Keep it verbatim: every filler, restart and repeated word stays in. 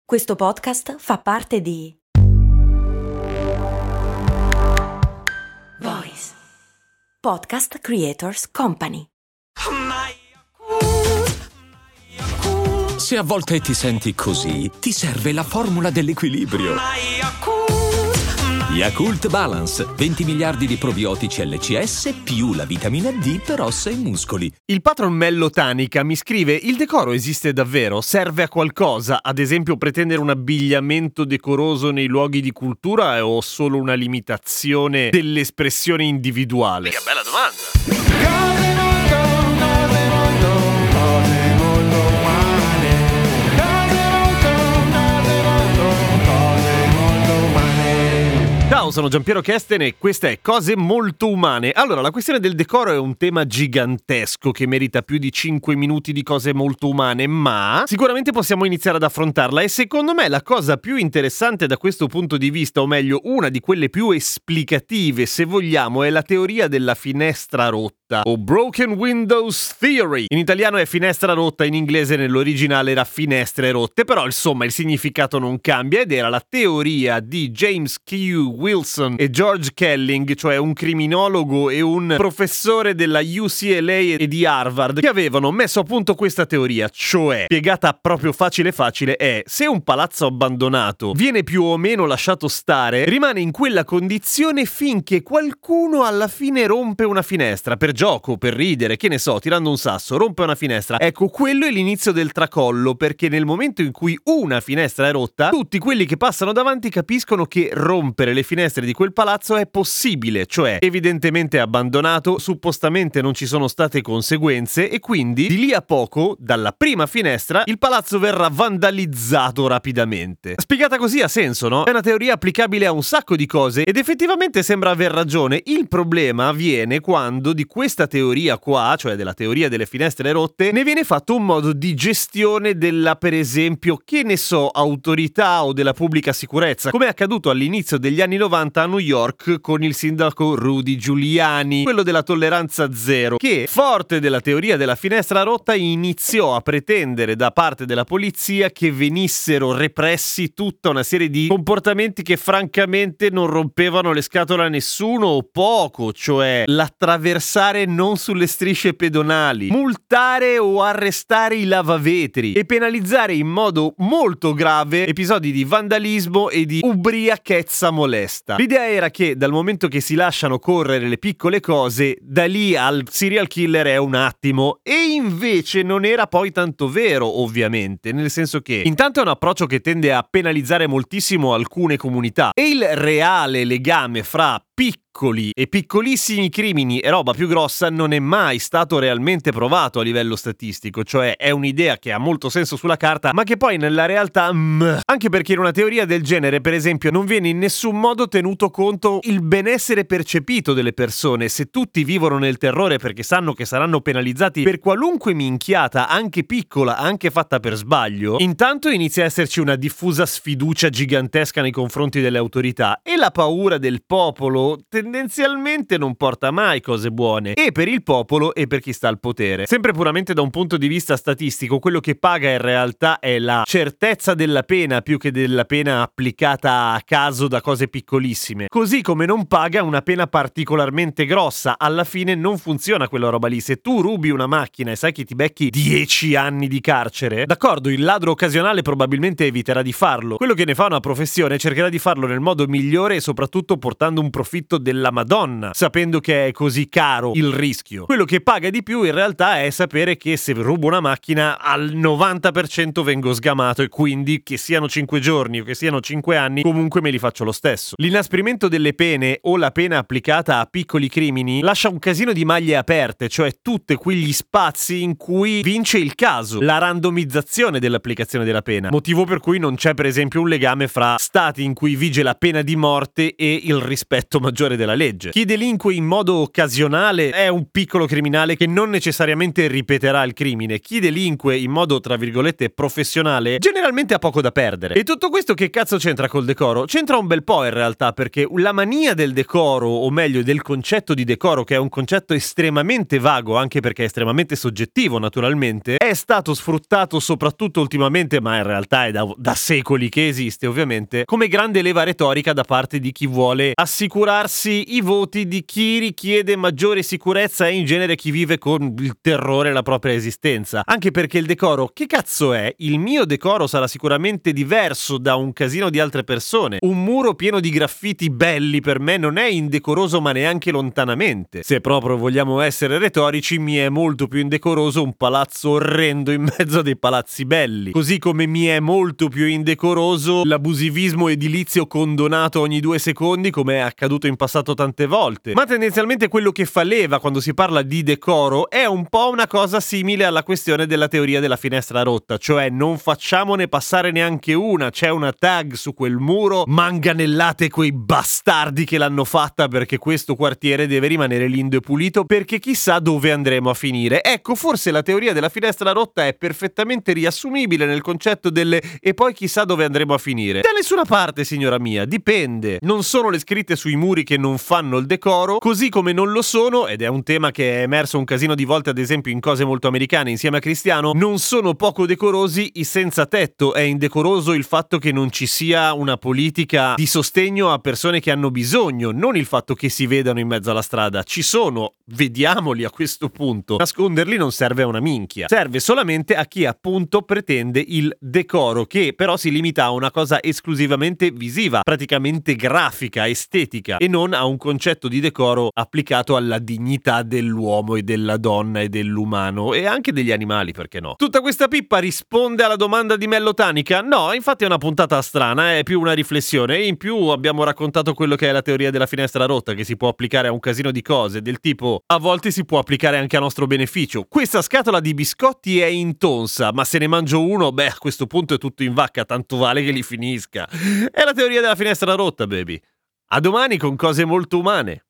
Questo podcast fa parte di Voice Podcast Creators Company. Se a volte ti senti così, ti serve la formula dell'equilibrio. Yakult Balance, venti miliardi di probiotici L C S più la vitamina D per ossa e muscoli. Il patron Mello Tanica mi scrive: il decoro esiste davvero? Serve a qualcosa? Ad esempio pretendere un abbigliamento decoroso nei luoghi di cultura o solo una limitazione dell'espressione individuale? Che bella domanda! Ciao, sono Giampiero Kesten e questa è Cose Molto Umane. Allora, la questione del decoro è un tema gigantesco che merita più di cinque minuti di Cose Molto Umane, ma sicuramente possiamo iniziare ad affrontarla, e secondo me la cosa più interessante da questo punto di vista, o meglio una di quelle più esplicative se vogliamo, è la teoria della finestra rotta o Broken Windows Theory. In italiano è finestra rotta, in inglese nell'originale era finestre rotte, però insomma il significato non cambia, ed era la teoria di James Q. Wilson e George Kelling, cioè un criminologo e un professore della U C L A e di Harvard, che avevano messo a punto questa teoria, cioè, spiegata proprio facile facile, è: se un palazzo abbandonato viene più o meno lasciato stare, rimane in quella condizione finché qualcuno alla fine rompe una finestra, per gioco, per ridere, che ne so, tirando un sasso, rompe una finestra. Ecco, quello è l'inizio del tracollo, perché nel momento in cui una finestra è rotta, tutti quelli che passano davanti capiscono che rompere le finestre di quel palazzo è possibile, cioè evidentemente è abbandonato, suppostamente non ci sono state conseguenze, e quindi di lì a poco, dalla prima finestra, il palazzo verrà vandalizzato rapidamente. Spiegata così ha senso, no? È una teoria applicabile a un sacco di cose ed effettivamente sembra aver ragione. Il problema avviene quando di questa teoria qua, cioè della teoria delle finestre rotte, ne viene fatto un modo di gestione della, per esempio, che ne so, autorità o della pubblica sicurezza, come è accaduto all'inizio degli anni novanta a New York con il sindaco Rudy Giuliani, quello della tolleranza zero, che, forte della teoria della finestra rotta, iniziò a pretendere da parte della polizia che venissero repressi tutta una serie di comportamenti che francamente non rompevano le scatole a nessuno o poco, cioè l'attraversare non sulle strisce pedonali, multare o arrestare i lavavetri e penalizzare in modo molto grave episodi di vandalismo e di ubriachezza molesta. L'idea era che dal momento che si lasciano correre le piccole cose, da lì al serial killer è un attimo, e invece non era poi tanto vero, ovviamente, nel senso che intanto è un approccio che tende a penalizzare moltissimo alcune comunità, e il reale legame fra piccoli e piccolissimi crimini e roba più grossa non è mai stato realmente provato a livello statistico, cioè è un'idea che ha molto senso sulla carta, ma che poi nella realtà mh, anche perché in una teoria del genere, per esempio, non viene in nessun modo tenuto conto il benessere percepito delle persone. Se tutti vivono nel terrore perché sanno che saranno penalizzati per qualunque minchiata, anche piccola, anche fatta per sbaglio, intanto inizia a esserci una diffusa sfiducia gigantesca nei confronti delle autorità, e la paura del popolo tendenzialmente non porta mai cose buone, e per il popolo e per chi sta al potere. Sempre puramente da un punto di vista statistico, quello che paga in realtà è la certezza della pena più che della pena applicata a caso da cose piccolissime, così come non paga una pena particolarmente grossa. Alla fine non funziona quella roba lì. Se tu rubi una macchina e sai che ti becchi dieci anni di carcere, d'accordo, il ladro occasionale probabilmente eviterà di farlo, quello che ne fa una professione cercherà di farlo nel modo migliore e soprattutto portando un profitto della Madonna, sapendo che è così caro il rischio. Quello che paga di più in realtà è sapere che se rubo una macchina al novanta per cento vengo sgamato, e quindi che siano cinque giorni o che siano cinque anni comunque me li faccio lo stesso. L'inasprimento delle pene o la pena applicata a piccoli crimini lascia un casino di maglie aperte, cioè tutti quegli spazi in cui vince il caso, la randomizzazione dell'applicazione della pena, motivo per cui non c'è per esempio un legame fra stati in cui vige la pena di morte e il rispetto rispetto maggiore della legge. Chi delinque in modo occasionale è un piccolo criminale che non necessariamente ripeterà il crimine. Chi delinque in modo, tra virgolette, professionale, generalmente ha poco da perdere. E tutto questo che cazzo c'entra col decoro? C'entra un bel po' in realtà, perché la mania del decoro, o meglio del concetto di decoro, che è un concetto estremamente vago, anche perché è estremamente soggettivo naturalmente, è stato sfruttato soprattutto ultimamente, ma in realtà è da, da secoli che esiste ovviamente, come grande leva retorica da parte di chi vuole assicurarsi i voti di chi richiede maggiore sicurezza e in genere chi vive con il terrore la propria esistenza. Anche perché il decoro, che cazzo è? Il mio decoro sarà sicuramente diverso da un casino di altre persone. Un muro pieno di graffiti belli per me non è indecoroso, ma neanche lontanamente. Se proprio vogliamo essere retorici, mi è molto più indecoroso un palazzo orrendo in mezzo a dei palazzi belli. Così come mi è molto più indecoroso l'abusivismo edilizio condonato ogni due secondi, come è accaduto in passato tante volte. Ma tendenzialmente quello che fa leva quando si parla di decoro è un po' una cosa simile alla questione della teoria della finestra rotta, cioè non facciamone passare neanche una, c'è una tag su quel muro, manganellate quei bastardi che l'hanno fatta perché questo quartiere deve rimanere lindo e pulito, perché chissà dove andremo a finire. Ecco, forse la teoria della finestra rotta è perfettamente riassumibile nel concetto delle e poi chissà dove andremo a finire. Da nessuna parte, signora mia, dipende. Non sono le scritte sui muri che non fanno il decoro, così come non lo sono, ed è un tema che è emerso un casino di volte ad esempio in Cose Molto Americane insieme a Cristiano, non sono poco decorosi i senza tetto. È indecoroso il fatto che non ci sia una politica di sostegno a persone che hanno bisogno, non il fatto che si vedano in mezzo alla strada. Ci sono, vediamoli a questo punto. Nasconderli non serve a una minchia, serve solamente a chi appunto pretende il decoro, che però si limita a una cosa esclusivamente visiva, praticamente grafica, estetica, e non a un concetto di decoro applicato alla dignità dell'uomo e della donna e dell'umano e anche degli animali, perché no? Tutta questa pippa risponde alla domanda di Mellotanica? No, infatti è una puntata strana, è più una riflessione, e in più abbiamo raccontato quello che è la teoria della finestra rotta, che si può applicare a un casino di cose, del tipo a volte si può applicare anche a nostro beneficio. Questa scatola di biscotti è intonsa, ma se ne mangio uno, beh, a questo punto è tutto in vacca, tanto vale che li finisca. È la teoria della finestra rotta, baby. A domani con Cose Molto Umane.